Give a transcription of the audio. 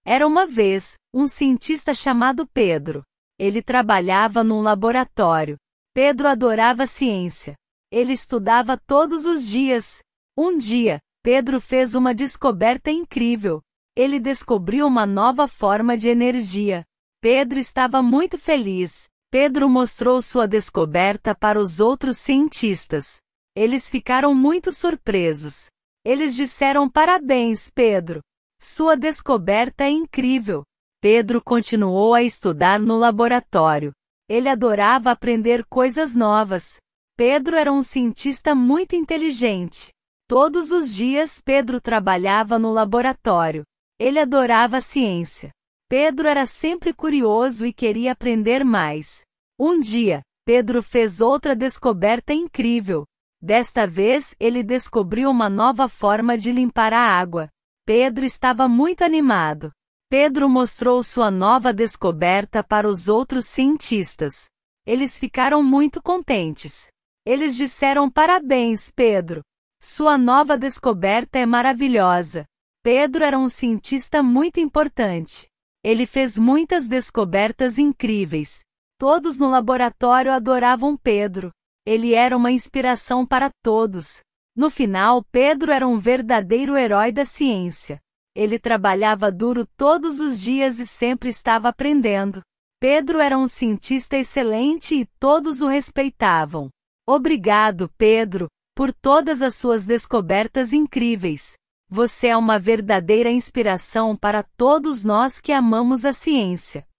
Era uma vez um cientista chamado Pedro. Ele trabalhava num laboratório. Pedro adorava ciência. Ele estudava todos os dias. Um dia, Pedro fez uma descoberta incrível. Ele descobriu uma nova forma de energia. Pedro estava muito feliz. Pedro mostrou sua descoberta para os outros cientistas. Eles ficaram muito surpresos. Eles disseram: "Parabéns, Pedro! Sua descoberta é incrível." Pedro continuou a estudar no laboratório. Ele adorava aprender coisas novas. Pedro era um cientista muito inteligente. Todos os dias Pedro trabalhava no laboratório. Ele adorava a ciência. Pedro era sempre curioso e queria aprender mais. Um dia, Pedro fez outra descoberta incrível. Desta vez, ele descobriu uma nova forma de limpar a água. Pedro estava muito animado. Pedro mostrou sua nova descoberta para os outros cientistas. Eles ficaram muito contentes. Eles disseram: "Parabéns, Pedro! Sua nova descoberta é maravilhosa." Pedro era um cientista muito importante. Ele fez muitas descobertas incríveis. Todos no laboratório adoravam Pedro. Ele era uma inspiração para todos. No final, Pedro era um verdadeiro herói da ciência. Ele trabalhava duro todos os dias e sempre estava aprendendo. Pedro era um cientista excelente e todos o respeitavam. Obrigado, Pedro, por todas as suas descobertas incríveis. Você é uma verdadeira inspiração para todos nós que amamos a ciência.